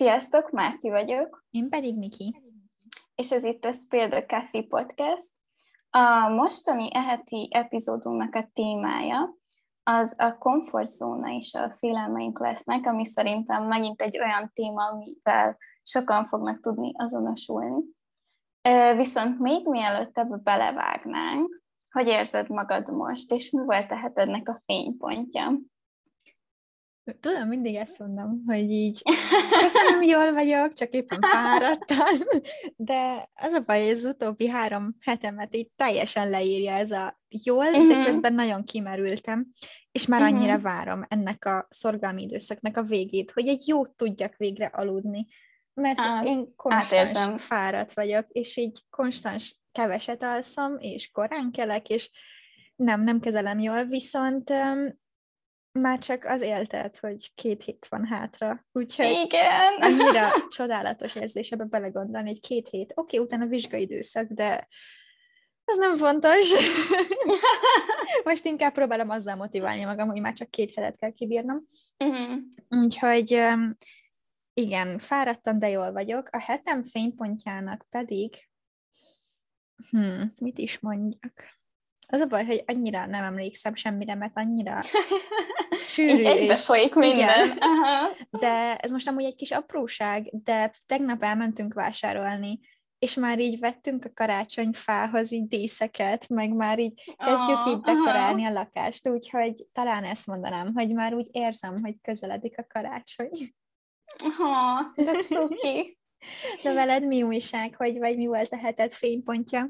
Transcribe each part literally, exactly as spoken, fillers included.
Sziasztok, Márti vagyok. Én pedig Miki. És ez itt a Spill the Coffee Podcast. A mostani eheti epizódunknak a témája az a komfortzóna és a félelmeink lesznek, ami szerintem megint egy olyan téma, amivel sokan fognak tudni azonosulni. Viszont még mielőtt ebbe belevágnánk, hogy érzed magad most, és mi volt tehát ennek a fénypontja? Tudom, mindig ezt mondom, hogy így köszönöm, jól vagyok, csak éppen fáradtam, de az a baj, hogy az utóbbi három hetemet így teljesen leírja ez a jól, uh-huh. de közben nagyon kimerültem, és már uh-huh. annyira várom ennek a szorgalmi időszaknak a végét, hogy egy jót tudjak végre aludni, mert Át, én konstans átérzem. fáradt vagyok, és így konstans keveset alszom, és korán kelek, és nem, nem kezelem jól, viszont um, már csak az éltet, hogy két hét van hátra. Úgyhogy igen. annyira csodálatos érzés ebbe belegondolni, hogy két hét, oké, okay, utána vizsgai időszak, de ez nem fontos. Most inkább próbálom azzal motiválni magam, hogy már csak két hetet kell kibírnom. Uh-huh. Úgyhogy igen, fáradtam, de jól vagyok. A hetem fénypontjának pedig hmm, mit is mondjak? Az a baj, hogy annyira nem emlékszem semmire, mert annyira sűrű. Így egybe folyik minden. Aha. De ez most amúgy egy kis apróság, de tegnap elmentünk vásárolni, és már így vettünk a karácsonyfához így díszeket, meg már így kezdjük oh, így dekorálni aha. a lakást, úgyhogy talán ezt mondanám, hogy már úgy érzem, hogy közeledik a karácsony. Oh, de cuki. De veled mi újság, hogy vagy mi volt a heted fénypontja?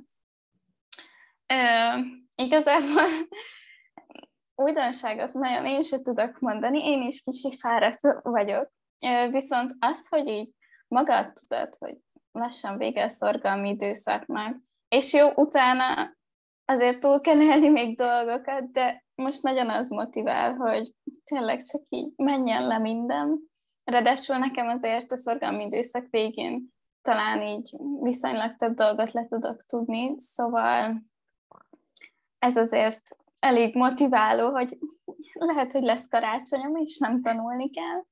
Ö, igazából újdonságot nagyon én sem tudok mondani, én is kicsit fáradt vagyok, Ö, viszont az, hogy így magad tudod, hogy lassan vége a szorgalmi időszaknak, és jó, utána azért túl kell élni még dolgokat, de most nagyon az motivál, hogy tényleg csak így menjen le minden. Ráadásul nekem azért a szorgalmi időszak végén talán így viszonylag több dolgot le tudok tudni, szóval ez azért elég motiváló, hogy lehet, hogy lesz karácsonyom, és nem tanulni kell.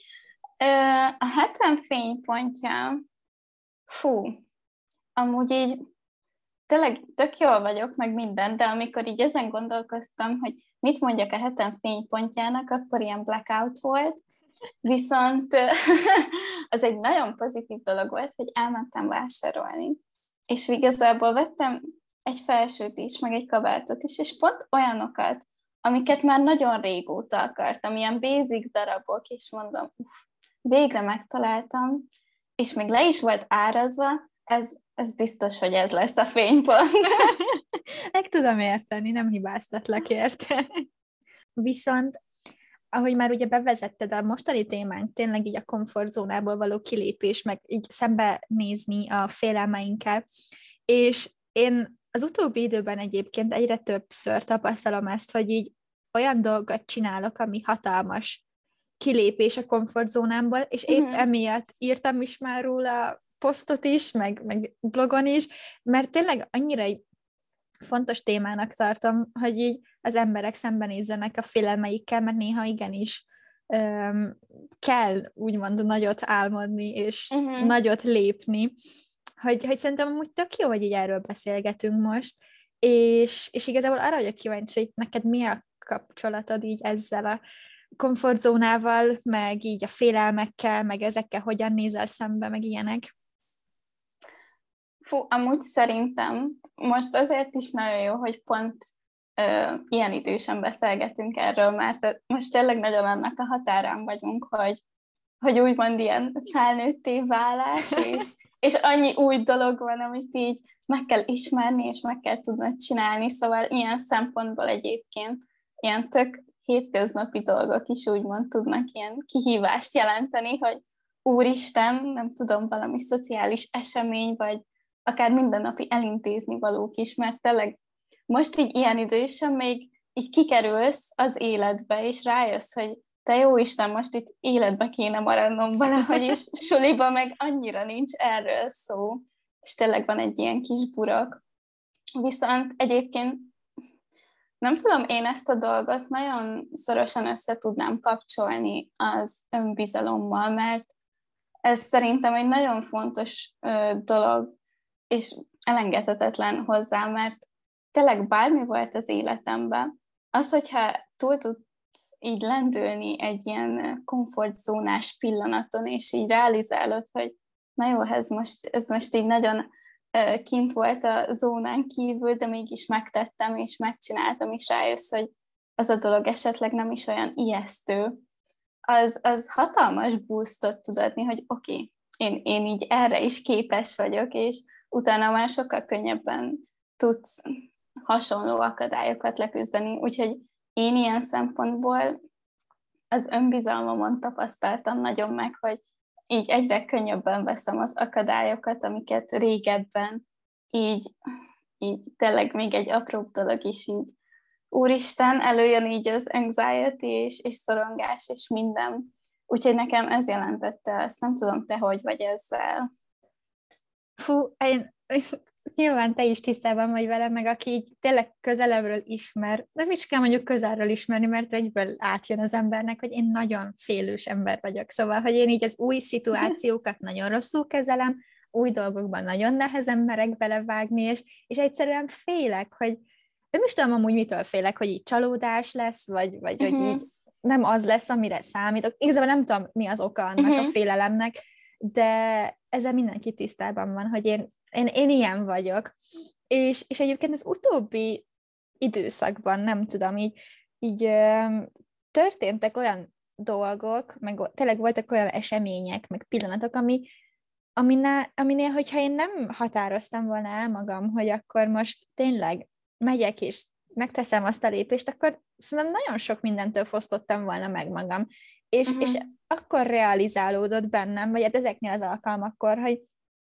A hetem fénypontja, fú, amúgy így tényleg tök jól vagyok, meg minden, de amikor így ezen gondolkoztam, hogy mit mondjak a hetem fénypontjának, akkor ilyen blackout volt, viszont az egy nagyon pozitív dolog volt, hogy elmentem vásárolni, és igazából vettem egy felsőt is, meg egy kabátot is, és pont olyanokat, amiket már nagyon régóta akartam, ilyen basic darabok, és mondom, uff, végre megtaláltam, és még le is volt árazva, ez, ez biztos, hogy ez lesz a fénypont. Meg tudom érteni, nem hibáztatlak érte. Viszont, ahogy már ugye bevezetted a mostani témánk, tényleg így a komfortzónából való kilépés, meg így szembenézni a félelmeinkkel, és én az utóbbi időben egyébként egyre többször tapasztalom ezt, hogy így olyan dolgot csinálok, ami hatalmas kilépés a komfortzónámból, és épp mm-hmm. emiatt írtam is már róla posztot is, meg, meg blogon is, mert tényleg annyira fontos témának tartom, hogy így az emberek szembenézzenek a félelmeikkel, mert néha igenis um, kell úgymond nagyot álmodni, és uh-huh. nagyot lépni, hogy, hogy szerintem amúgy tök jó, hogy így erről beszélgetünk most, és, és igazából arra vagyok kíváncsi, hogy neked mi a kapcsolatod így ezzel a komfortzónával, meg így a félelmekkel, meg ezekkel hogyan nézel szembe, meg ilyenek. Fú, amúgy szerintem most azért is nagyon jó, hogy pont ö, ilyen idősen beszélgetünk erről, mert most tényleg nagyon annak a határán vagyunk, hogy, hogy úgymond ilyen felnőtté válás, és, és annyi új dolog van, amit így meg kell ismerni, és meg kell tudnod csinálni, szóval ilyen szempontból egyébként ilyen tök hétköznapi dolgok is úgymond tudnak ilyen kihívást jelenteni, hogy úristen, nem tudom, valami szociális esemény, vagy akár mindennapi elintézni valók is, mert tényleg most így ilyen idősen még így kikerülsz az életbe, és rájössz, hogy te jó Isten, most itt életbe kéne maradnom valahogy, és suliba meg annyira nincs erről szó, és tényleg van egy ilyen kis burok. Viszont egyébként nem tudom, én ezt a dolgot nagyon szorosan össze tudnám kapcsolni az önbizalommal, mert ez szerintem egy nagyon fontos ö, dolog, és elengedhetetlen hozzá, mert tényleg bármi volt az életemben, az, hogyha túl tudsz így lendülni egy ilyen komfortzónás pillanaton, és így realizálod, hogy na jó, ez most, ez most így nagyon kint volt a zónán kívül, de mégis megtettem, és megcsináltam, és rájössz, hogy az a dolog esetleg nem is olyan ijesztő, az, az hatalmas boostot tud adni, hogy oké, okay, én, én így erre is képes vagyok, és utána már sokkal könnyebben tudsz hasonló akadályokat leküzdeni. Úgyhogy én ilyen szempontból az önbizalmamon tapasztaltam nagyon meg, hogy így egyre könnyebben veszem az akadályokat, amiket régebben így, így tényleg még egy apróbb dolog is így úristen, előjön így az anxiety és, és szorongás és minden. Úgyhogy nekem ez jelentette azt. Nem tudom, te hogy vagy ezzel. Fú, én, nyilván te is tisztában vagy vele, meg aki így tényleg közelebbről ismer, nem is kell mondjuk közelről ismerni, mert egyből átjön az embernek, hogy én nagyon félős ember vagyok. Szóval, hogy én így az új szituációkat nagyon rosszul kezelem, új dolgokban nagyon nehezen merek belevágni, és, és egyszerűen félek, hogy nem is tudom amúgy mitől félek, hogy így csalódás lesz, vagy, vagy uh-huh. hogy így nem az lesz, amire számítok. Igazából nem tudom, mi az oka annak uh-huh. a félelemnek, de ezzel mindenki tisztában van, hogy én, én, én ilyen vagyok. És, és egyébként az utóbbi időszakban, nem tudom, így, így történtek olyan dolgok, meg tényleg voltak olyan események, meg pillanatok, ami, aminél, aminél, hogyha én nem határoztam volna el magam, hogy akkor most tényleg megyek és megteszem azt a lépést, akkor szerintem nagyon sok mindentől fosztottam volna meg magam. És, uh-huh. és akkor realizálódott bennem, vagy hát ezeknél az alkalmakkor, hogy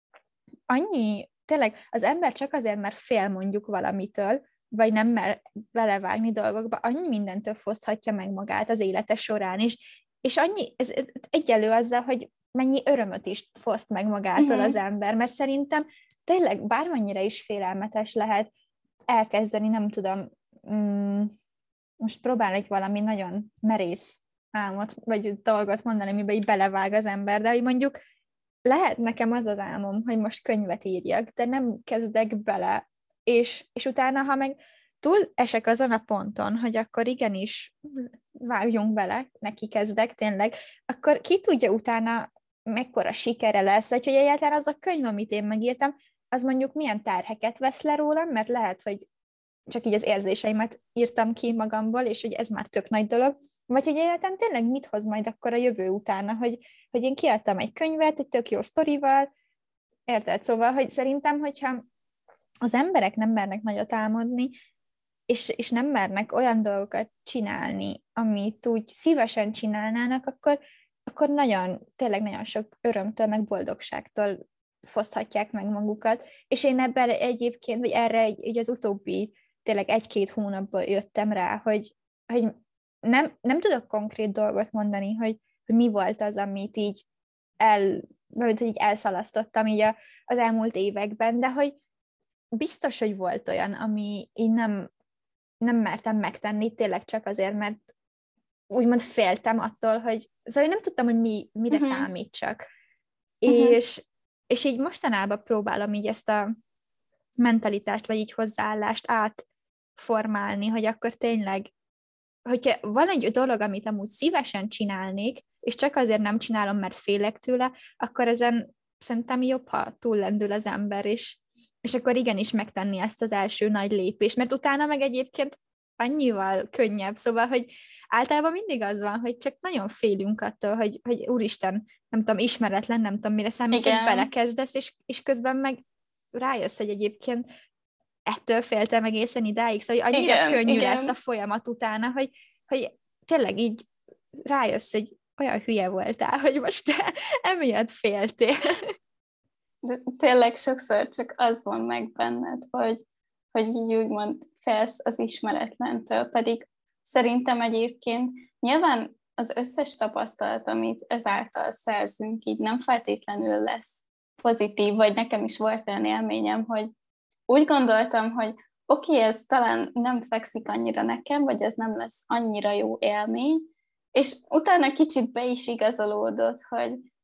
annyi, tényleg az ember csak azért, mert fél mondjuk valamitől, vagy nem mer belevágni dolgokba, annyi mindentől foszthatja meg magát az élete során is, és annyi, ez, ez egyelő azzal, hogy mennyi örömöt is foszt meg magától uh-huh. az ember, mert szerintem tényleg bármennyire is félelmetes lehet elkezdeni, nem tudom, mm, most próbálok valami nagyon merész álmot, vagy dolgot mondani, amiben így belevág az ember, de hogy mondjuk lehet nekem az az álmom, hogy most könyvet írjak, de nem kezdek bele, és, és utána, ha meg túl esek azon a ponton, hogy akkor igenis vágjunk bele, neki kezdek tényleg, akkor ki tudja utána mekkora sikere lesz, vagy hogy egyáltalán az a könyv, amit én megírtam, az mondjuk milyen terheket vesz le rólam, mert lehet, hogy csak így az érzéseimet írtam ki magamból, és hogy ez már tök nagy dolog, vagy hogy egyáltalán tényleg mit hoz majd akkor a jövő utána, hogy, hogy én kiadtam egy könyvet, egy tök jó sztorival, érted? Szóval, hogy szerintem, hogyha az emberek nem mernek nagyot álmodni, és, és nem mernek olyan dolgokat csinálni, amit úgy szívesen csinálnának, akkor, akkor nagyon, tényleg nagyon sok örömtől, meg boldogságtól foszthatják meg magukat, és én ebben egyébként, vagy erre egy, egy az utóbbi tényleg egy-két hónapban jöttem rá, hogy, hogy nem, nem tudok konkrét dolgot mondani, hogy, hogy mi volt az, amit így, el, hogy így elszalasztottam így a, az elmúlt években, de hogy biztos, hogy volt olyan, ami így nem, nem mertem megtenni, tényleg csak azért, mert úgymond féltem attól, hogy szóval nem tudtam, hogy mi, mire uh-huh. számítsak. Uh-huh. És, és így mostanában próbálom így ezt a mentalitást, vagy így hozzáállást átformálni, hogy akkor tényleg, hogyha van egy dolog, amit amúgy szívesen csinálnék, és csak azért nem csinálom, mert félek tőle, akkor ezen szerintem jobb, ha túllendül az ember, és, és akkor igenis megtenni ezt az első nagy lépést, mert utána meg egyébként annyival könnyebb, szóval, hogy általában mindig az van, hogy csak nagyon félünk attól, hogy, hogy úristen, nem tudom, ismeretlen, nem tudom, mire számít, csak belekezdesz, és, és közben meg rájössz, hogy egyébként ettől féltem egészen idáig, szóval hogy annyira igen, könnyű igen. lesz a folyamat utána, hogy, hogy tényleg így rájössz, hogy olyan hülye voltál, hogy most te emiatt féltél. De tényleg sokszor csak az van meg benned, hogy, hogy így úgymond félsz az ismeretlentől, pedig szerintem egyébként nyilván az összes tapasztalat, amit ezáltal szerzünk, így nem feltétlenül lesz pozitív, vagy nekem is volt olyan élményem, hogy úgy gondoltam, hogy oké, okay, ez talán nem fekszik annyira nekem, vagy ez nem lesz annyira jó élmény, és utána kicsit be is igazolódott, hogy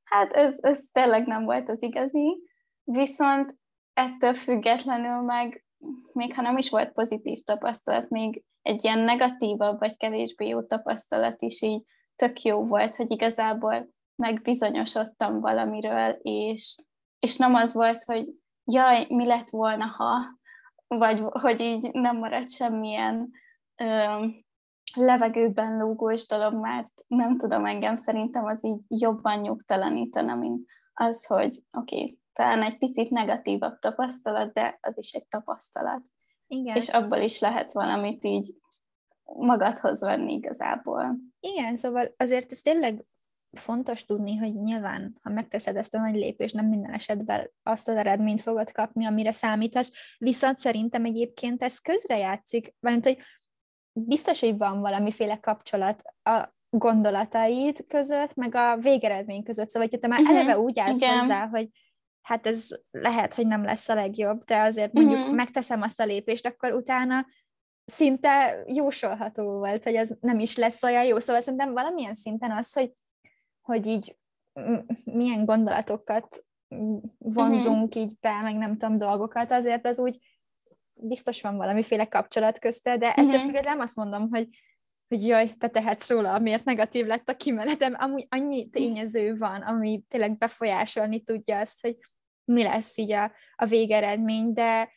hát ez, ez tényleg nem volt az igazi, viszont ettől függetlenül meg, még ha nem is volt pozitív tapasztalat, még egy ilyen negatívabb, vagy kevésbé jó tapasztalat is így tök jó volt, hogy igazából megbizonyosodtam valamiről, és, és nem az volt, hogy jaj, mi lett volna, ha, vagy hogy így nem maradt semmilyen ö, levegőben lógós dolog, mert nem tudom, engem szerintem az így jobban nyugtalanítana, mint az, hogy oké, okay, talán egy picit negatívabb tapasztalat, de az is egy tapasztalat. Igen. És abból is lehet valamit így magadhoz venni igazából. Igen, szóval azért ez tényleg fontos tudni, hogy nyilván, ha megteszed ezt a nagy lépést, nem minden esetben azt az eredményt fogod kapni, amire számítasz, viszont szerintem egyébként ez közrejátszik, mert hogy biztos, hogy van valamiféle kapcsolat a gondolataid között, meg a végeredmény között, szóval hogy te már uh-huh. eleve úgy állsz Igen. hozzá, hogy hát ez lehet, hogy nem lesz a legjobb, de azért mondjuk uh-huh. megteszem azt a lépést, akkor utána szinte jósolható volt, hogy ez nem is lesz olyan jó. Szóval szerintem valamilyen szinten az, hogy, hogy így milyen gondolatokat vonzunk uh-huh. így be, meg nem tudom, dolgokat, azért az úgy biztos van valamiféle kapcsolat közte, de ettől uh-huh. függetlenül azt mondom, hogy, hogy jaj, te tehetsz róla, amiért negatív lett a kimenetem. Amúgy annyi tényező van, ami tényleg befolyásolni tudja azt, hogy mi lesz így a, a végeredmény, de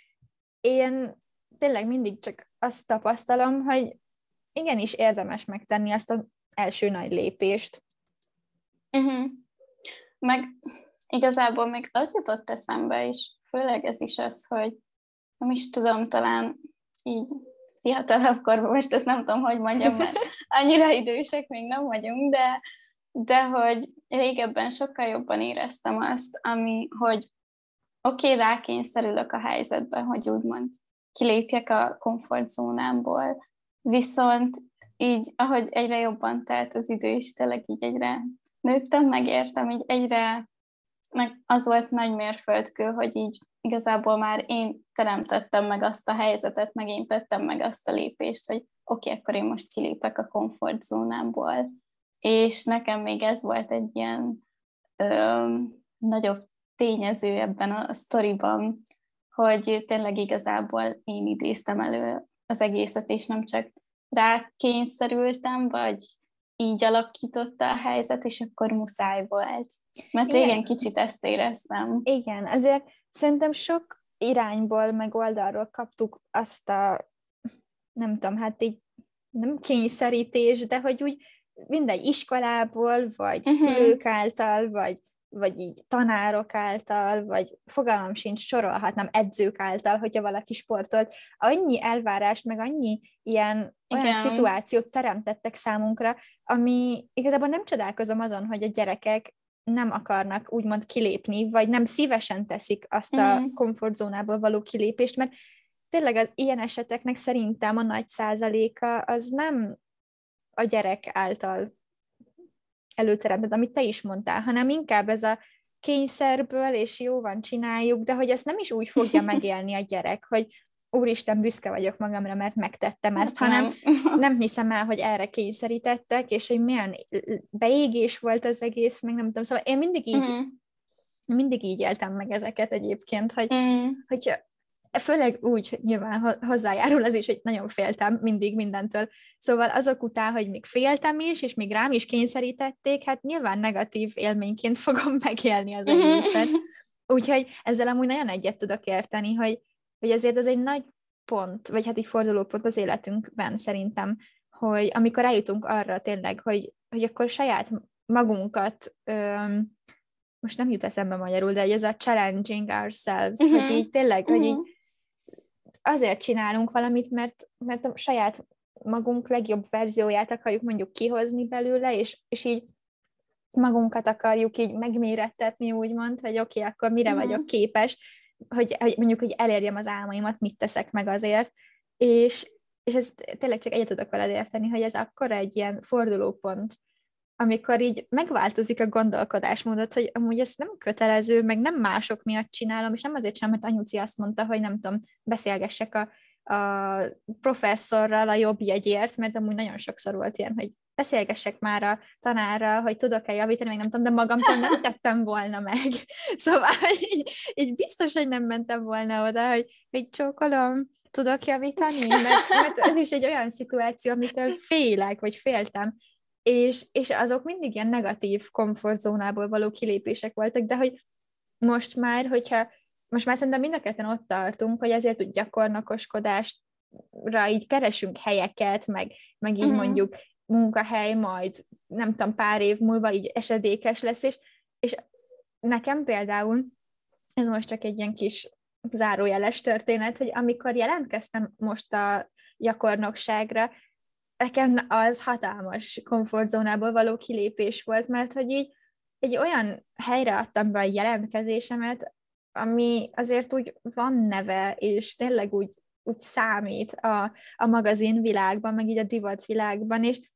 én tényleg mindig csak azt tapasztalom, hogy igenis érdemes megtenni azt az első nagy lépést. Uh-huh. Meg igazából még az jutott eszembe is, főleg ez is az, hogy nem is tudom, talán így fiatalabb korban, most ezt nem tudom, hogy mondjam, mert annyira idősek még nem vagyunk, de, de hogy régebben sokkal jobban éreztem azt, ami, hogy oké, okay, rákényszerülök a helyzetben, hogy úgymond kilépjek a komfortzónámból, viszont így, ahogy egyre jobban telt az idő, és tényleg így egyre nőttem, megértem, így egyre meg az volt nagy mérföldkő, hogy így igazából már én teremtettem meg azt a helyzetet, meg én tettem meg azt a lépést, hogy oké, okay, akkor én most kilépek a komfortzónámból. És nekem még ez volt egy ilyen ö, nagyobb tényező ebben a sztoriban, hogy tényleg igazából én idéztem elő az egészet, és nem csak rákényszerültem, vagy így alakította a helyzet, és akkor muszáj volt. Mert régen Igen. kicsit ezt éreztem. Igen, azért szerintem sok irányból, meg oldalról kaptuk azt a, nem tudom, hát így nem kényszerítés, de hogy úgy mindegy iskolából, vagy uh-huh. szülők által, vagy, vagy így tanárok által, vagy fogalmam sincs, sorolhatnám edzők által, hogyha valaki sportolt, annyi elvárást, meg annyi ilyen olyan Igen. szituációt teremtettek számunkra, ami igazából nem csodálkozom azon, hogy a gyerekek nem akarnak úgymond kilépni, vagy nem szívesen teszik azt a uh-huh. komfortzónából való kilépést, mert tényleg az ilyen eseteknek szerintem a nagy százaléka az nem a gyerek által előteremtett, amit te is mondtál, hanem inkább ez a kényszerből, és jó van, csináljuk, de hogy ezt nem is úgy fogja megélni a gyerek, hogy úristen, büszke vagyok magamra, mert megtettem ezt, hanem nem hiszem el, hogy erre kényszerítettek, és hogy milyen beégés volt az egész, meg nem tudom, szóval én mindig így, mm. mindig így éltem meg ezeket egyébként, hogy, mm. hogy főleg úgy, hogy nyilván hozzájárul az is, hogy nagyon féltem mindig mindentől. Szóval azok után, hogy még féltem is, és még rám is kényszerítették, hát nyilván negatív élményként fogom megélni az egészet. Úgyhogy ezzel amúgy nagyon egyet tudok érteni, hogy, hogy ezért az egy nagy pont, vagy hát egy fordulópont az életünkben szerintem, hogy amikor eljutunk arra tényleg, hogy, hogy akkor saját magunkat, öm, most nem jut eszembe magyarul, de ez a challenging ourselves, uh-huh. hogy így tényleg, uh-huh. hogy így azért csinálunk valamit, mert, mert a saját magunk legjobb verzióját akarjuk mondjuk kihozni belőle, és, és így magunkat akarjuk így megmérettetni, úgymond, hogy oké, okay, akkor mire uh-huh. vagyok képes, hogy, hogy mondjuk, hogy elérjem az álmaimat, mit teszek meg azért, és, és ez tényleg csak egyet tudok veled érteni, hogy ez akkora egy ilyen fordulópont, amikor így megváltozik a gondolkodásmódot, hogy amúgy ez nem kötelező, meg nem mások miatt csinálom, és nem azért sem, mert anyuci azt mondta, hogy nem tudom, beszélgessek a, a professzorral a jobb jegyért, mert amúgy nagyon sokszor volt ilyen, hogy beszélgessek már a tanárral, hogy tudok-e javítani, meg nem tudom, de magamtól nem tettem volna meg. Szóval így, így biztos, hogy nem mentem volna oda, hogy, hogy csókolom, tudok javítani? Mert, mert ez is egy olyan szituáció, amitől félek, vagy féltem. És, és azok mindig ilyen negatív komfortzónából való kilépések voltak, de hogy most már, hogyha most már szerintem mind a ketten ott tartunk, hogy ezért úgy gyakornokoskodásra így keresünk helyeket, meg, meg így uh-huh. mondjuk munkahely majd, nem tudom, pár év múlva így esedékes lesz, és, és nekem például, ez most csak egy ilyen kis zárójeles történet, hogy amikor jelentkeztem most a gyakornokságra, nekem az hatalmas komfortzónából való kilépés volt, mert hogy így egy olyan helyre adtam be a jelentkezésemet, ami azért úgy van neve, és tényleg úgy, úgy számít a, a magazin világban, meg így a divat világban, és,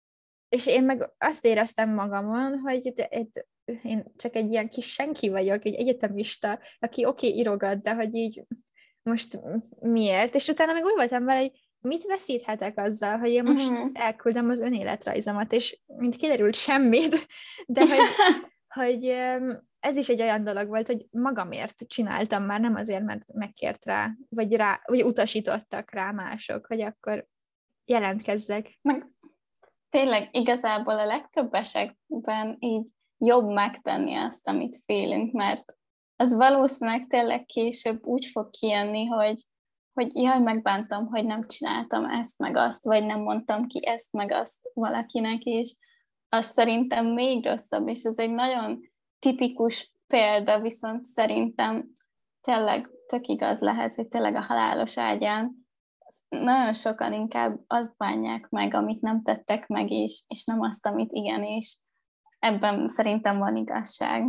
és én meg azt éreztem magamon, hogy de, de, én csak egy ilyen kis senki vagyok, egy egyetemista, aki oké, okay, írogat, de hogy így most miért? És utána meg úgy voltam vele, hogy mit veszíthetek azzal, hogy én most uh-huh. elküldöm az önéletrajzomat, és mint kiderült semmit, de hogy, hogy ez is egy olyan dolog volt, hogy magamért csináltam már, nem azért, mert megkért rá, vagy, rá, vagy utasítottak rá mások, hogy akkor jelentkezzek. Meg tényleg igazából a legtöbb esetben így jobb megtenni azt, amit félünk, mert az valószínűleg tényleg később úgy fog kijönni, hogy, hogy jaj, megbántam, hogy nem csináltam ezt meg azt, vagy nem mondtam ki ezt meg azt valakinek, és az szerintem még rosszabb, és ez egy nagyon tipikus példa, viszont szerintem tényleg tök igaz lehet, hogy tényleg a halálos ágyán nagyon sokan inkább azt bánják meg, amit nem tettek meg, és, és nem azt, amit igen, és ebben szerintem van igazság.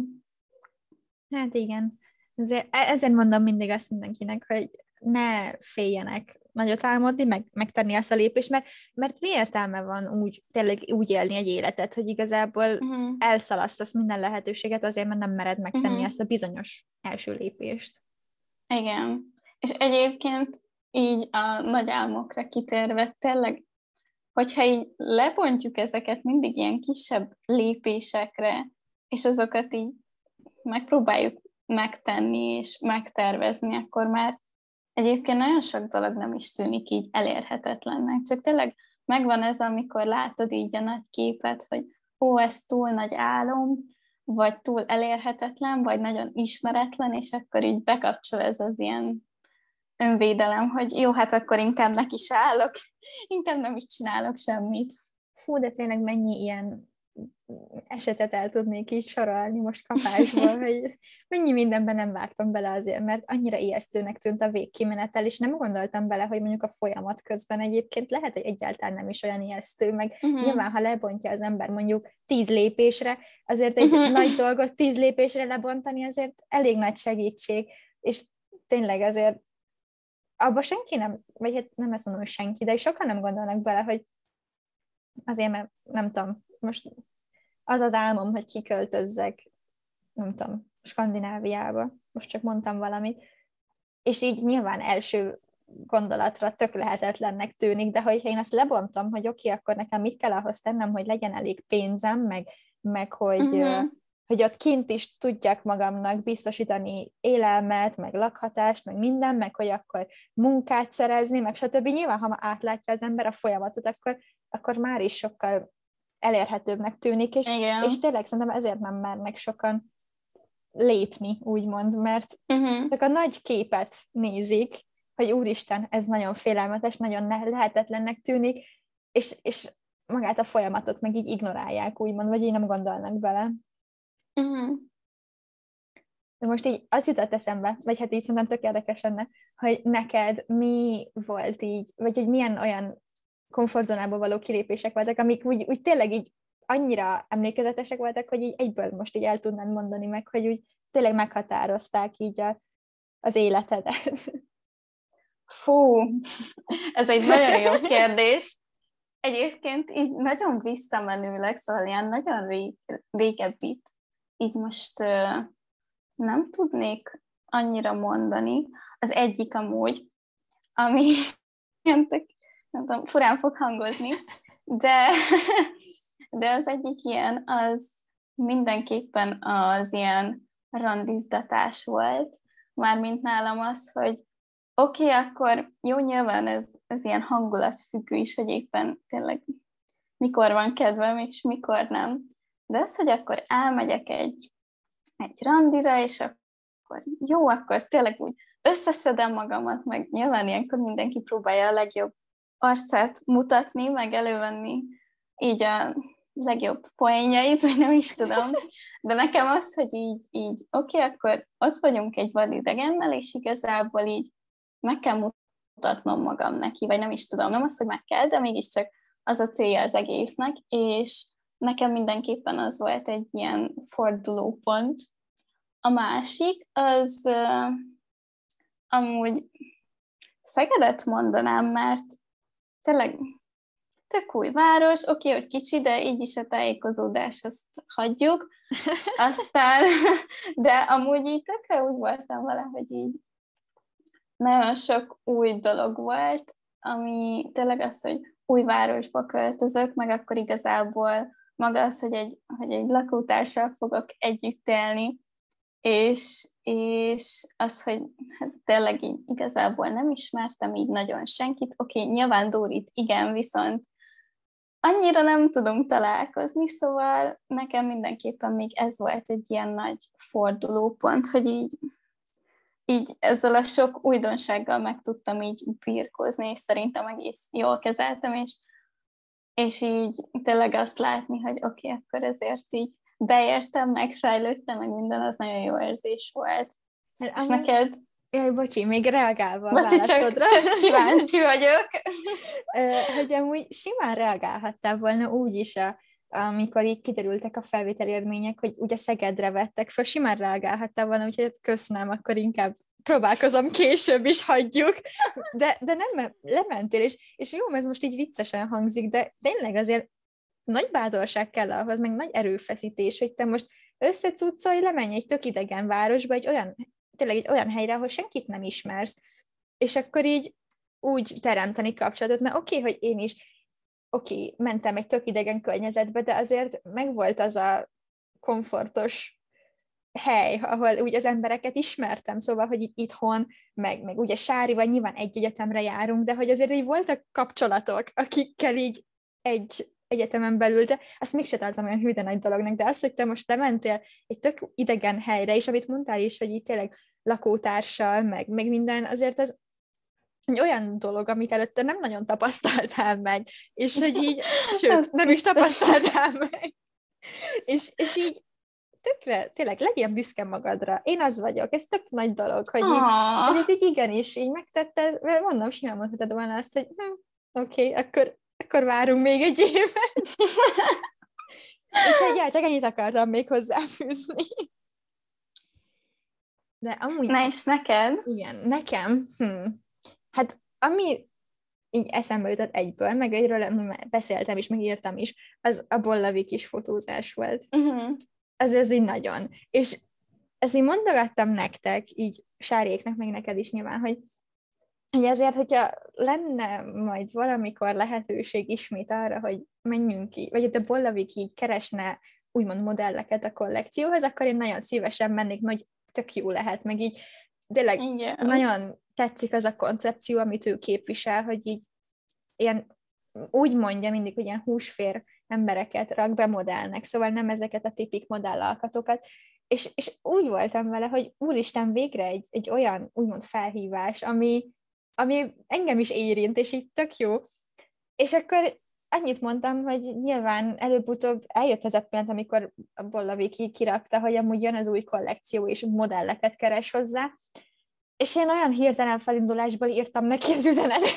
Hát igen. Ezért, ezért mondom mindig azt mindenkinek, hogy ne féljenek nagyot álmodni, meg, megtenni azt a lépést, mert, mert mi értelme van úgy, tényleg úgy élni egy életet, hogy igazából uh-huh. elszalasztasz minden lehetőséget azért, mert nem mered megtenni uh-huh. ezt a bizonyos első lépést. Igen. És egyébként így a nagy álmokra kitérve tényleg, hogyha így lebontjuk ezeket mindig ilyen kisebb lépésekre, és azokat így megpróbáljuk megtenni és megtervezni, akkor már egyébként nagyon sok dolog nem is tűnik így elérhetetlennek. Csak tényleg megvan ez, amikor látod így a nagy képet, hogy ó, ez túl nagy álom, vagy túl elérhetetlen, vagy nagyon ismeretlen, és akkor így bekapcsol ez az ilyen önvédelem, hogy jó, hát akkor inkább neki se állok, inkább nem is csinálok semmit. Fú, de tényleg mennyi ilyen esetet el tudnék így sorolni most kapásból, hogy mennyi mindenben nem vágtam bele azért, mert annyira ijesztőnek tűnt a végkimenetel, és nem gondoltam bele, hogy mondjuk a folyamat közben egyébként lehet, hogy egyáltalán nem is olyan ijesztő, meg uh-huh. nyilván, ha lebontja az ember mondjuk tíz lépésre, azért egy uh-huh. nagy dolgot tíz lépésre lebontani azért elég nagy segítség, és tényleg azért abba senki nem, vagy hát nem ezt mondom, hogy senki, de sokan nem gondolnak bele, hogy azért, mert nem tudom, most az az álmom, hogy kiköltözzek, nem tudom, Skandináviába, most csak mondtam valamit, és így nyilván első gondolatra tök lehetetlennek tűnik, de hogyha én azt lebontom, hogy oké, okay, akkor nekem mit kell ahhoz tennem, hogy legyen elég pénzem, meg, meg hogy, uh-huh. hogy ott kint is tudjak magamnak biztosítani élelmet, meg lakhatást, meg minden, meg hogy akkor munkát szerezni, meg stb. Nyilván, ha átlátja az ember a folyamatot, akkor, akkor már is sokkal elérhetőbbnek tűnik, és, és tényleg szerintem ezért nem mernek sokan lépni, úgymond, mert uh-huh. csak a nagy képet nézik, hogy úristen, ez nagyon félelmetes, nagyon lehetetlennek tűnik, és, és magát a folyamatot meg így ignorálják, úgymond, vagy így nem gondolnak bele. Uh-huh. De most így az jutott eszembe, vagy hát így szerintem tök érdekes lenne, hogy neked mi volt így, vagy hogy milyen olyan komfortzónából való kilépések voltak, amik úgy, úgy tényleg így annyira emlékezetesek voltak, hogy így egyből most így el tudnád mondani meg, hogy úgy tényleg meghatározták így a, az életedet. Fú, ez egy nagyon jó kérdés. Egyébként így nagyon visszamenőleg, szóval ilyen nagyon rég, régebbit, így most uh, nem tudnék annyira mondani. Az egyik amúgy, ami ilyen tök, nem tudom, furán fog hangozni, de, de az egyik ilyen, az mindenképpen az ilyen randizdatás volt, mármint nálam az, hogy oké, okay, akkor jó, nyilván ez, ez ilyen hangulatfüggő is, hogy éppen tényleg mikor van kedvem, és mikor nem. De az, hogy akkor elmegyek egy, egy randira, és akkor jó, akkor tényleg úgy összeszedem magamat, meg nyilván ilyenkor mindenki próbálja a legjobb arcát mutatni, meg elővenni így a legjobb poénjait, vagy nem is tudom. De nekem az, hogy így, így oké, okay, akkor ott vagyunk egy vadidegennel, és igazából így meg kell mutatnom magam neki, vagy nem is tudom, nem az, hogy meg kell, de mégiscsak az a célja az egésznek, és nekem mindenképpen az volt egy ilyen fordulópont. A másik, az uh, amúgy Szegedet mondanám, mert tényleg tök új város, oké, okay, hogy kicsi, de így is a tájékozódás, azt hagyjuk. Aztán, de amúgy így tökre úgy voltam vele, hogy így nagyon sok új dolog volt, ami tényleg az, hogy új városba költözök, meg akkor igazából maga az, hogy egy, hogy egy lakótársal fogok együtt élni, és, és az, hogy hát tényleg így igazából nem ismertem így nagyon senkit. Oké, okay, nyilván Dórit igen, viszont annyira nem tudunk találkozni, szóval nekem mindenképpen még ez volt egy ilyen nagy fordulópont, hogy így, így ezzel a sok újdonsággal meg tudtam így birkózni, és szerintem egész jól kezeltem, és, és így tényleg azt látni, hogy oké, okay, akkor ezért így beértem, megfejlődtem, meg minden, az nagyon jó érzés volt. Hát, és amúgy... neked? Jaj, bocsi, még reagálva a bocsi, válaszodra. Csak, csak kíváncsi vagyok. Hogy amúgy simán reagálhattál volna úgy is, a, amikor így kiderültek a felvételi eredmények, hogy ugye Szegedre vettek fel, simán reagálhattál volna, úgyhogy köszönöm, akkor inkább próbálkozom később is, hagyjuk. De, de nem lementél, és, és jó, ez most így viccesen hangzik, de tényleg azért nagy bátorság kell ahhoz, meg nagy erőfeszítés, hogy te most összecuccolj, lemenj egy tök idegen városba, egy olyan, tényleg egy olyan helyre, ahol senkit nem ismersz, és akkor így úgy teremteni kapcsolatot, mert oké, okay, hogy én is oké, okay, mentem egy tök idegen környezetbe, de azért megvolt az a komfortos hely, ahol úgy az embereket ismertem, szóval, hogy így itthon, meg, meg ugye Sárival nyilván egy egyetemre járunk, de hogy azért így voltak kapcsolatok, akikkel így egy egyetemen belül, de azt mégse tartom olyan hű, de nagy dolognak, de az, hogy te most lementél egy tök idegen helyre, és amit mondtál is, hogy így tényleg lakótársal, meg, meg minden, azért ez egy olyan dolog, amit előtte nem nagyon tapasztaltál meg, és hogy így, sőt, nem is tapasztaltál meg. És, és így tökre, tényleg legyél büszke magadra. Én az vagyok, ez tök nagy dolog, hogy, így, hogy ez így igenis, így megtetted, mert mondom, simán mondhatod volna azt, hogy hm, oké, okay, akkor, akkor várunk még egy évet. Úgyhogy ja, csak ennyit akartam még hozzáfűzni. De amúgy... Na és neked? Igen, nekem, hm, hát ami így eszembe jutott egyből, meg egyről beszéltem is, meg írtam is, az a bollavi kis fotózás volt. Uh-huh. Az ez így nagyon. És ezt így mondogattam nektek, így Sáréknek, meg neked is nyilván, hogy, hogy azért, hogyha lenne majd valamikor lehetőség ismét arra, hogy menjünk ki, vagy a Bollavik így keresne úgymond modelleket a kollekcióhoz, akkor én nagyon szívesen mennék, hogy tök jó lehet, meg így tényleg igen. Nagyon tetszik az a koncepció, amit ő képvisel, hogy így ilyen, úgy mondja mindig, hogy ilyen húsfér embereket rak be modellnek, szóval nem ezeket a tipik modellalkatokat, és, és úgy voltam vele, hogy úristen, végre egy, egy olyan úgymond felhívás, ami, ami engem is érint, és így tök jó. És akkor annyit mondtam, hogy nyilván előbb-utóbb eljött ez a pillanat, amikor a Bollaviki kirakta, hogy amúgy jön az új kollekció, és modelleket keres hozzá, és én olyan hirtelen felindulásból írtam neki az üzenetet.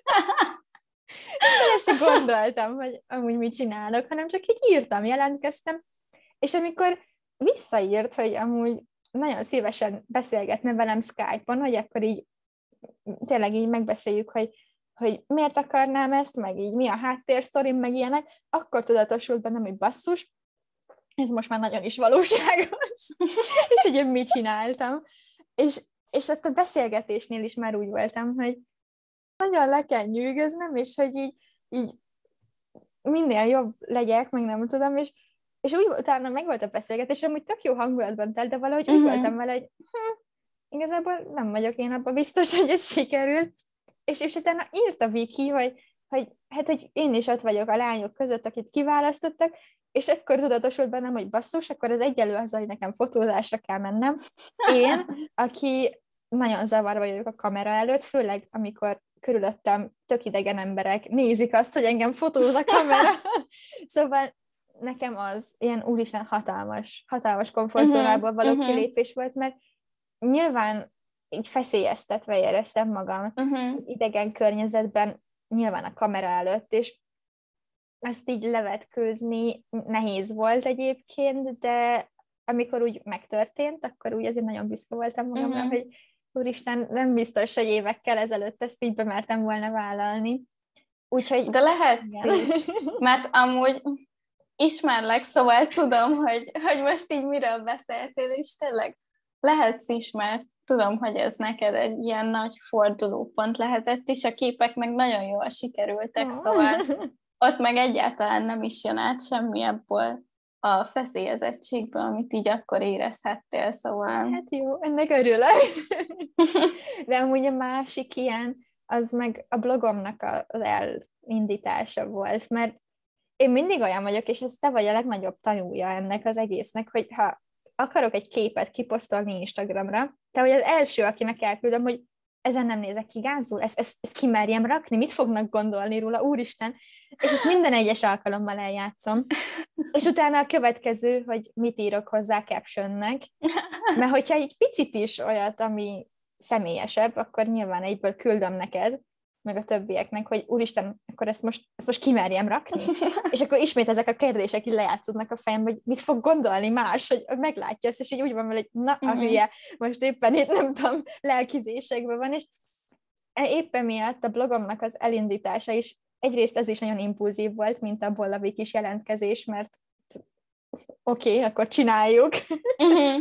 Én sem gondoltam, hogy amúgy mit csinálok, hanem csak így írtam, jelentkeztem, és amikor visszaírt, hogy amúgy nagyon szívesen beszélgetne velem Skype-on, hogy akkor így tényleg így megbeszéljük, hogy, hogy miért akarnám ezt, meg így mi a háttérsztorim, meg ilyenek, akkor tudatosult bennem, hogy basszus, ez most már nagyon is valóságos, és hogy én mit csináltam. És, és ott a beszélgetésnél is már úgy voltam, hogy nagyon le kell nyűgöznöm, és hogy így, így minél jobb legyek, meg nem tudom, és, és úgy utána meg volt a beszélgetés, amúgy tök jó hangulatban telt, de valahogy uh-huh. úgy voltam vele, hogy hm, igazából nem vagyok én abban biztos, hogy ez sikerül. És, és utána írta Viki, hogy, hogy hát, hogy én is ott vagyok a lányok között, akit kiválasztottak, és akkor tudatosult bennem, hogy basszus, akkor az egyelő azzal, hogy nekem fotózásra kell mennem. Én, aki nagyon zavarba vagyok a kamera előtt, főleg amikor körülöttem tök idegen emberek nézik azt, hogy engem fotóz a kamera. Szóval nekem az ilyen úristen hatalmas, hatalmas komfortzónából való uh-huh. kilépés volt, mert nyilván így feszélyeztetve éreztem magam uh-huh. idegen környezetben, nyilván a kamera előtt, és ezt így levetkőzni nehéz volt egyébként, de amikor úgy megtörtént, akkor úgy azért nagyon büszke voltam magamra, uh-huh. hogy úristen, nem biztos, hogy évekkel ezelőtt ezt így bemertem volna vállalni. Úgyhogy... De lehet is, mert amúgy ismerlek, szóval tudom, hogy, hogy most így miről beszéltél, és tényleg lehetsz is, mert tudom, hogy ez neked egy ilyen nagy fordulópont lehetett, és a képek meg nagyon jól sikerültek, szóval ott meg egyáltalán nem is jön át semmi ebből a feszélyezettségből, amit így akkor érezhettél, szóval... Hát jó, ennek örülök. De amúgy a másik ilyen, az meg a blogomnak az elindítása volt, mert én mindig olyan vagyok, és ez te vagy a legnagyobb tanúja ennek az egésznek, hogy ha akarok egy képet kiposztolni Instagramra, te vagy az első, akinek elküldöm, hogy ezen nem nézek ki gázul, ezt, ezt, ezt kimerjem rakni, mit fognak gondolni róla, úristen, és ezt minden egyes alkalommal eljátszom. És utána a következő, hogy mit írok hozzá captionnek, mert hogyha egy picit is olyat, ami személyesebb, akkor nyilván egyből küldöm neked, meg a többieknek, hogy úristen, akkor ezt most, ezt most kimerjem rakni. És akkor ismét ezek a kérdések így lejátszódnak a fejembe, hogy mit fog gondolni más, hogy meglátja ezt, és így úgy van vele, hogy na, a hülye, most éppen itt nem tudom, lelkizésekben van, és éppen miatt a blogomnak az elindítása is, egyrészt ez is nagyon impulzív volt, mint a Bolla kis jelentkezés, mert oké, okay, akkor csináljuk. Uh-huh.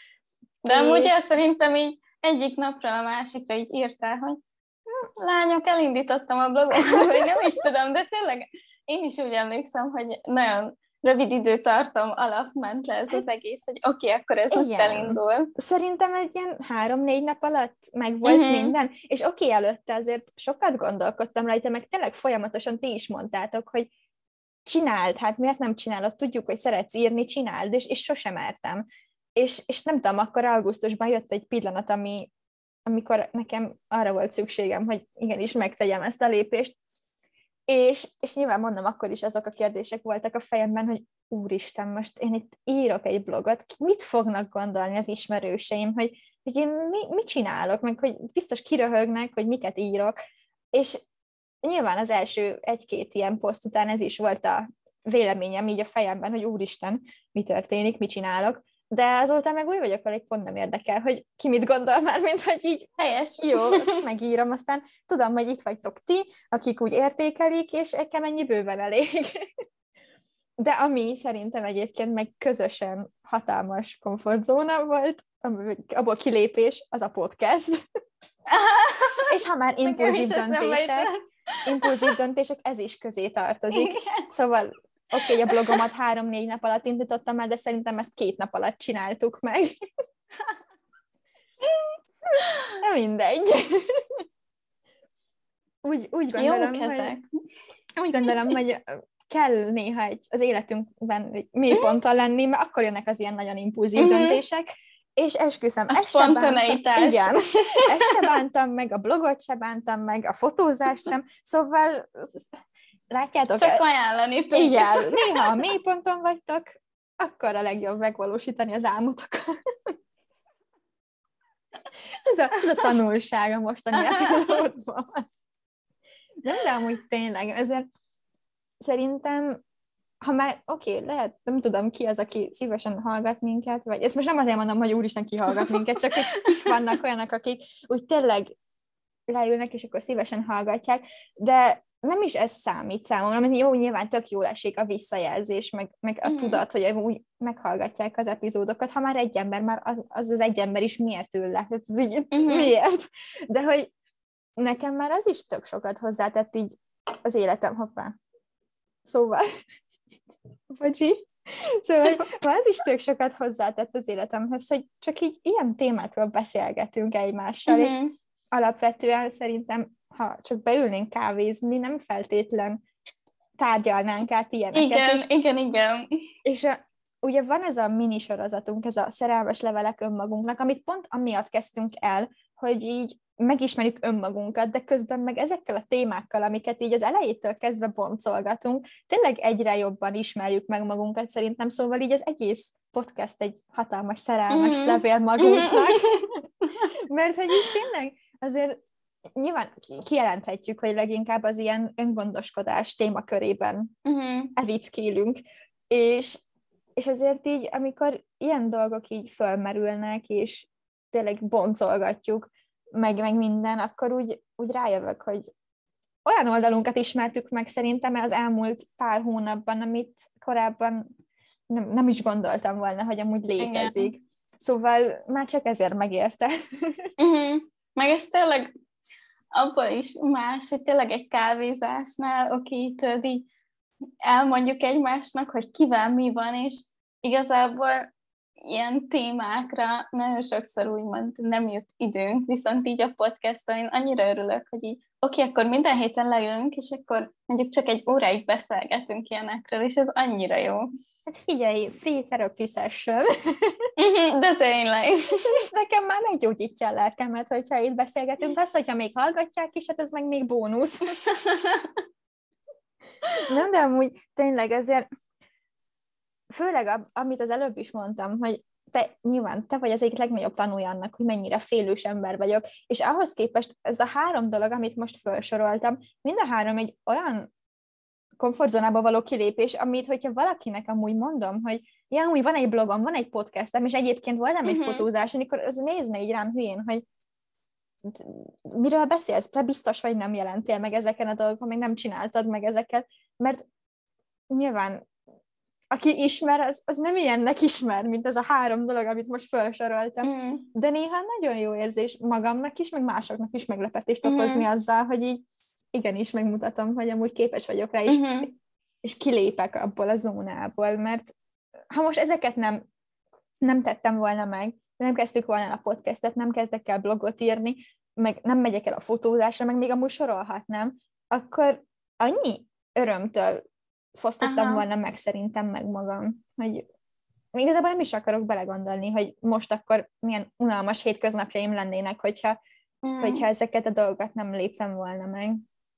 De amúgy és... szerintem így egyik napról a másikra így írtál, hogy lányok, elindítottam a blogot, hogy nem is tudom, de tényleg én is úgy emlékszem, hogy nagyon rövid időtartam alatt ment le ez az egész, hogy oké, okay, akkor ez igen. most elindul. Szerintem egy ilyen három-négy nap alatt meg volt uh-huh. minden, és oké, okay, előtte azért sokat gondolkodtam rajta, meg tényleg folyamatosan ti is mondtátok, hogy csináld, hát miért nem csinálod, tudjuk, hogy szeretsz írni, csináld, és, és sosem mertem. És, és nem tudom, akkor augusztusban jött egy pillanat, ami amikor nekem arra volt szükségem, hogy igenis megtegyem ezt a lépést. És, és nyilván mondom, akkor is azok a kérdések voltak a fejemben, hogy úristen, most én itt írok egy blogot, mit fognak gondolni az ismerőseim, hogy, hogy én mi, mit csinálok, meg hogy biztos kiröhögnek, hogy miket írok. És nyilván az első egy-két ilyen poszt után ez is volt a véleményem így a fejemben, hogy úristen, mi történik, mit csinálok. De azóta meg úgy vagyok, hogy pont nem érdekel, hogy ki mit gondol már, mint hogy így helyes. Jó, megírom, aztán tudom, hogy itt vagytok ti, akik úgy értékelik, és nekem ennyi bőven elég. De ami szerintem egyébként meg közösen hatalmas komfortzóna volt, abból kilépés, az a podcast. És ha már impulzív döntések, impulzív döntések, ez is közé tartozik. Igen. Szóval oké, okay, a blogomat három-négy nap alatt indítottam el, de szerintem ezt két nap alatt csináltuk meg. De mindegy. Úgy, úgy gondolom, hogy, úgy gondolom, hogy kell néha egy, az életünkben egy mélyponttal lenni, mert akkor jönnek az ilyen nagyon impulzív mm-hmm. döntések, és esküszöm, ezt sem bántam, igen, ezt sem bántam meg, a blogot sem bántam meg, a fotózást sem, szóval látjátok? Csak ajánlani tudjuk. Igen, néha a mélyponton vagytok, akkor a legjobb megvalósítani az álmotokat. ez, a, ez a tanulság a mostani epizódban. Nem, de amúgy tényleg, ezért szerintem, ha már, oké, okay, lehet, nem tudom ki az, aki szívesen hallgat minket, vagy ezt most nem azért mondom, hogy úristen ki hallgat minket, csak hogy kik vannak olyanok, akik úgy tényleg leülnek, és akkor szívesen hallgatják, de nem is ez számít számomra, mert jó, nyilván tök jól esik a visszajelzés, meg, meg a mm. tudat, hogy úgy meghallgatják az epizódokat, ha már egy ember, már az az, az egy ember is miért ül le? Mm-hmm. Miért? De hogy nekem már az is tök sokat hozzátett így az életem, hoppá. Szóval, bocsi, szóval már az is tök sokat hozzátett az életemhez, hogy csak így ilyen témákról beszélgetünk egymással, uh-huh. és alapvetően szerintem, ha csak beülnénk kávézni, nem feltétlen tárgyalnánk át ilyeneket. Igen, és, igen, igen. És a, ugye van ez a mini sorozatunk, ez a szerelmes levelek önmagunknak, amit pont amiatt kezdtünk el, hogy így megismerjük önmagunkat, de közben meg ezekkel a témákkal, amiket így az elejétől kezdve boncolgatunk, tényleg egyre jobban ismerjük meg magunkat szerintem, szóval így az egész podcast egy hatalmas szerelmes mm. levél magunknak, mert hogy így tényleg azért nyilván kijelenthetjük, hogy leginkább az ilyen öngondoskodás témakörében mm. evickélünk, és, és ezért így, amikor ilyen dolgok így fölmerülnek, és tényleg boncolgatjuk, meg, meg minden, akkor úgy, úgy rájövök, hogy olyan oldalunkat ismertük meg szerintem az elmúlt pár hónapban, amit korábban nem, nem is gondoltam volna, hogy amúgy létezik. Igen. Szóval már csak ezért megérte. Uh-huh. Meg ez tényleg abban is más, hogy tényleg egy kávézásnál, oké, tudod, így elmondjuk egymásnak, hogy kivel mi van, és igazából ilyen témákra nagyon sokszor úgymond nem jut időnk, viszont így a podcaston én annyira örülök, hogy így oké, okay, akkor minden héten leülünk, és akkor mondjuk csak egy óráig beszélgetünk ilyenekről, és ez annyira jó. Hát figyelj, free therapy session. De tényleg. Nekem már meggyógyítja a lelkemet, hogyha itt beszélgetünk. Az, hogyha még hallgatják is, hát ez meg még bónusz. Nem, de amúgy tényleg ezért főleg, amit az előbb is mondtam, hogy te nyilván te vagy az egyik legnagyobb tanulja annak, hogy mennyire félős ember vagyok, és ahhoz képest ez a három dolog, amit most felsoroltam, mind a három egy olyan komfortzónába való kilépés, amit, hogyha valakinek amúgy mondom, hogy ja, amúgy van egy blogom, van egy podcastem, és egyébként voltam egy uh-huh. fotózás, amikor az nézne így rám hülyén, hogy miről beszélsz? Te biztos vagy nem jelentél meg ezeken a dolgokon, még nem csináltad meg ezeket, mert nyilván aki ismer, az, az nem ilyennek ismer, mint ez a három dolog, amit most felsoroltam. Mm. De néha nagyon jó érzés magamnak is, meg másoknak is meglepetést mm. okozni azzal, hogy így igenis megmutatom, hogy amúgy képes vagyok rá, és, mm-hmm. és kilépek abból a zónából, mert ha most ezeket nem, nem tettem volna meg, nem kezdtük volna a podcastet, nem kezdek el blogot írni, meg nem megyek el a fotózásra, meg még amúgy sorolhatnám, akkor annyi örömtől fosztottam Aha. volna meg szerintem meg magam, hogy igazából nem is akarok belegondolni, hogy most akkor milyen unalmas hétköznapjaim lennének, hogyha, mm. hogyha ezeket a dolgokat nem léptem volna meg.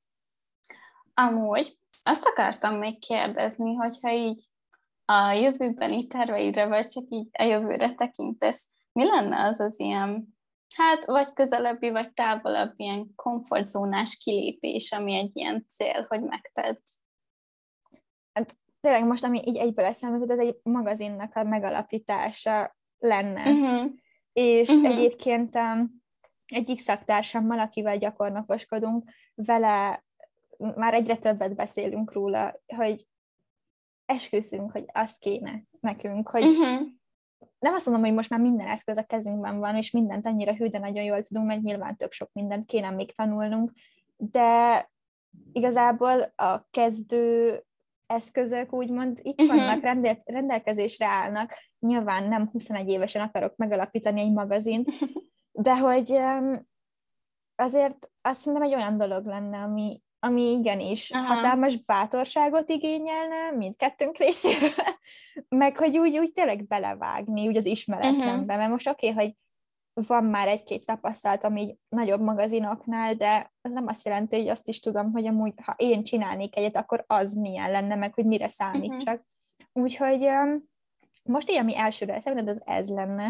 Amúgy azt akartam még kérdezni, hogyha így a jövőbeni terveidre, vagy csak így a jövőre tekintesz, mi lenne az az ilyen, hát vagy közelebbi, vagy távolabb ilyen komfortzónás kilépés, ami egy ilyen cél, hogy megtedd? Hát tényleg most, ami így egyből eszembe jut, ez egy magazinnak a megalapítása lenne. Uh-huh. És uh-huh. egyébként um, egyik szaktársammal, akivel gyakornokoskodunk, vele már egyre többet beszélünk róla, hogy esküszünk, hogy azt kéne nekünk, hogy uh-huh. nem azt mondom, hogy most már minden eszköz a kezünkben van, és mindent annyira hű, de nagyon jól tudunk, mert nyilván tök sok mindent kéne még tanulnunk, de igazából a kezdő eszközök úgymond itt uh-huh. vannak, rendel- rendelkezésre állnak. Nyilván nem huszonegy évesen akarok megalapítani egy magazint, de hogy um, azért azt szerintem egy olyan dolog lenne, ami, ami igenis uh-huh. hatalmas bátorságot igényelne mindkettőnk részéről, meg hogy úgy, úgy tényleg belevágni úgy az ismeretlenbe, uh-huh. mert most oké, okay, hogy van már egy-két tapasztalatom így nagyobb magazinoknál, de az nem azt jelenti, hogy azt is tudom, hogy amúgy, ha én csinálnék egyet, akkor az milyen lenne, meg hogy mire számítsak. Uh-huh. Úgyhogy um, most így, ami elsőre eszembe, az ez lenne.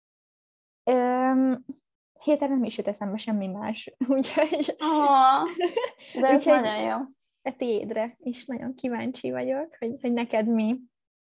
Um, Hirtelen nem is jut eszembe semmi más. Úgyhogy... Oh, de ez úgyhogy nagyon jó. A tiédre is nagyon kíváncsi vagyok, hogy, hogy neked mi.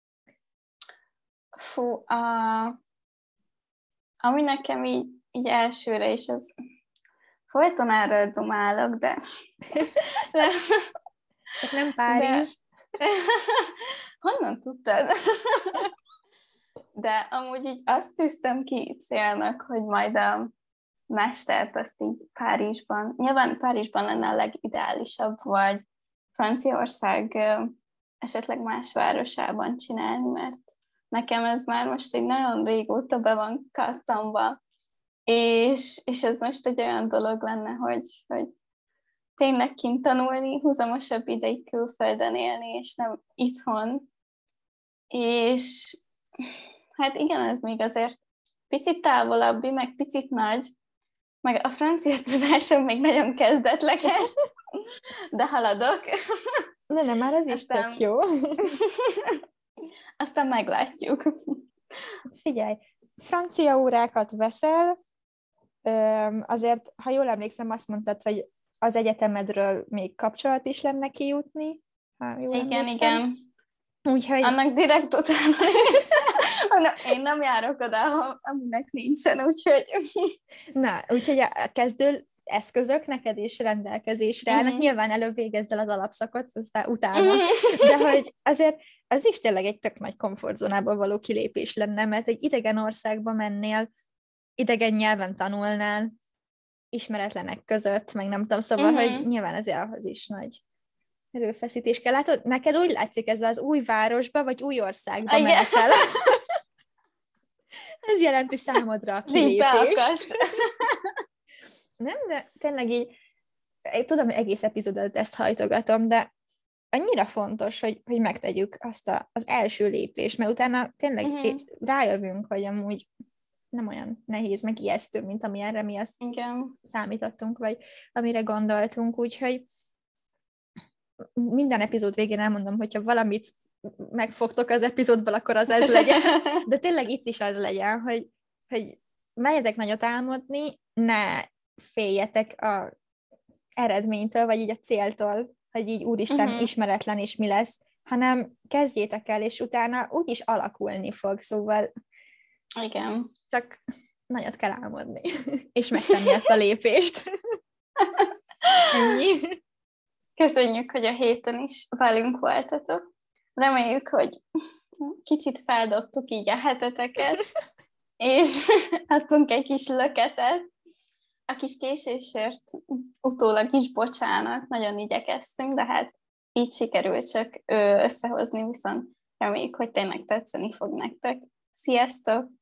Fú, uh... ami nekem így, így elsőre is, az folyton erről domálok, de... de... Csak nem Párizs. De... Honnan tudtad? De amúgy így azt tűztem ki célnak, hogy majd a mestert, azt így Párizsban, nyilván Párizsban lenne a legideálisabb, vagy Franciaország esetleg más városában csinálni, mert nekem ez már most egy nagyon régóta be van kattanva, és, és ez most egy olyan dolog lenne, hogy, hogy tényleg kint tanulni, húzamosabb ideig külföldön élni, és nem itthon. És hát igen, ez még azért picit távolabbi, meg picit nagy, meg a francia tudásom még nagyon kezdetleges, de haladok. De nem, már ez is Aztán... tök jó. Aztán meglátjuk. Figyelj, francia órákat veszel, azért, ha jól emlékszem, azt mondtad, hogy az egyetemedről még kapcsolat is lenne kijutni. Ha jól igen, emlékszem. igen. Úgyhogy... Annak direkt utána. Én nem járok oda, aminek nincsen, úgyhogy... Na, úgyhogy a kezdő eszközök neked is rendelkezésre állnak. Mm-hmm. Nyilván előbb végezd el az alapszakot, aztán utána. Mm-hmm. De hogy azért az is tényleg egy tök nagy komfortzónából való kilépés lenne, mert egy idegen országba mennél, idegen nyelven tanulnál, ismeretlenek között, meg nem tudom, szóval, mm-hmm. hogy nyilván azért ahhoz is nagy erőfeszítés kell. Látod, neked úgy látszik ez az új városba, vagy új országba menetel. Ez jelenti számodra a kilépést. Nem, de tényleg így, tudom, hogy egész epizódot ezt hajtogatom, de annyira fontos, hogy, hogy megtegyük azt a, az első lépést, mert utána tényleg uh-huh. rájövünk, hogy amúgy nem olyan nehéz, meg ijesztő, mint amilyenre mi azt Igen. számítottunk, vagy amire gondoltunk, úgyhogy minden epizód végén elmondom, hogyha valamit megfogtok az epizódból, akkor az ez legyen, de tényleg itt is az legyen, hogy, hogy menjetek nagyot álmodni, ne féljetek a eredménytől, vagy így a céltól, hogy így úristen uh-huh. ismeretlen és mi lesz, hanem kezdjétek el, és utána úgyis alakulni fog, szóval igen. Csak nagyot kell álmodni, és megtenni ezt a lépést. Ennyi. Köszönjük, hogy a héten is velünk voltatok. Reméljük, hogy kicsit feldobtuk így a heteteket, és adtunk egy kis löketet. A kis késésért utólag is bocsánat, nagyon igyekeztünk, de hát így sikerült csak összehozni, viszont reméljük, hogy tényleg tetszeni fog nektek. Sziasztok!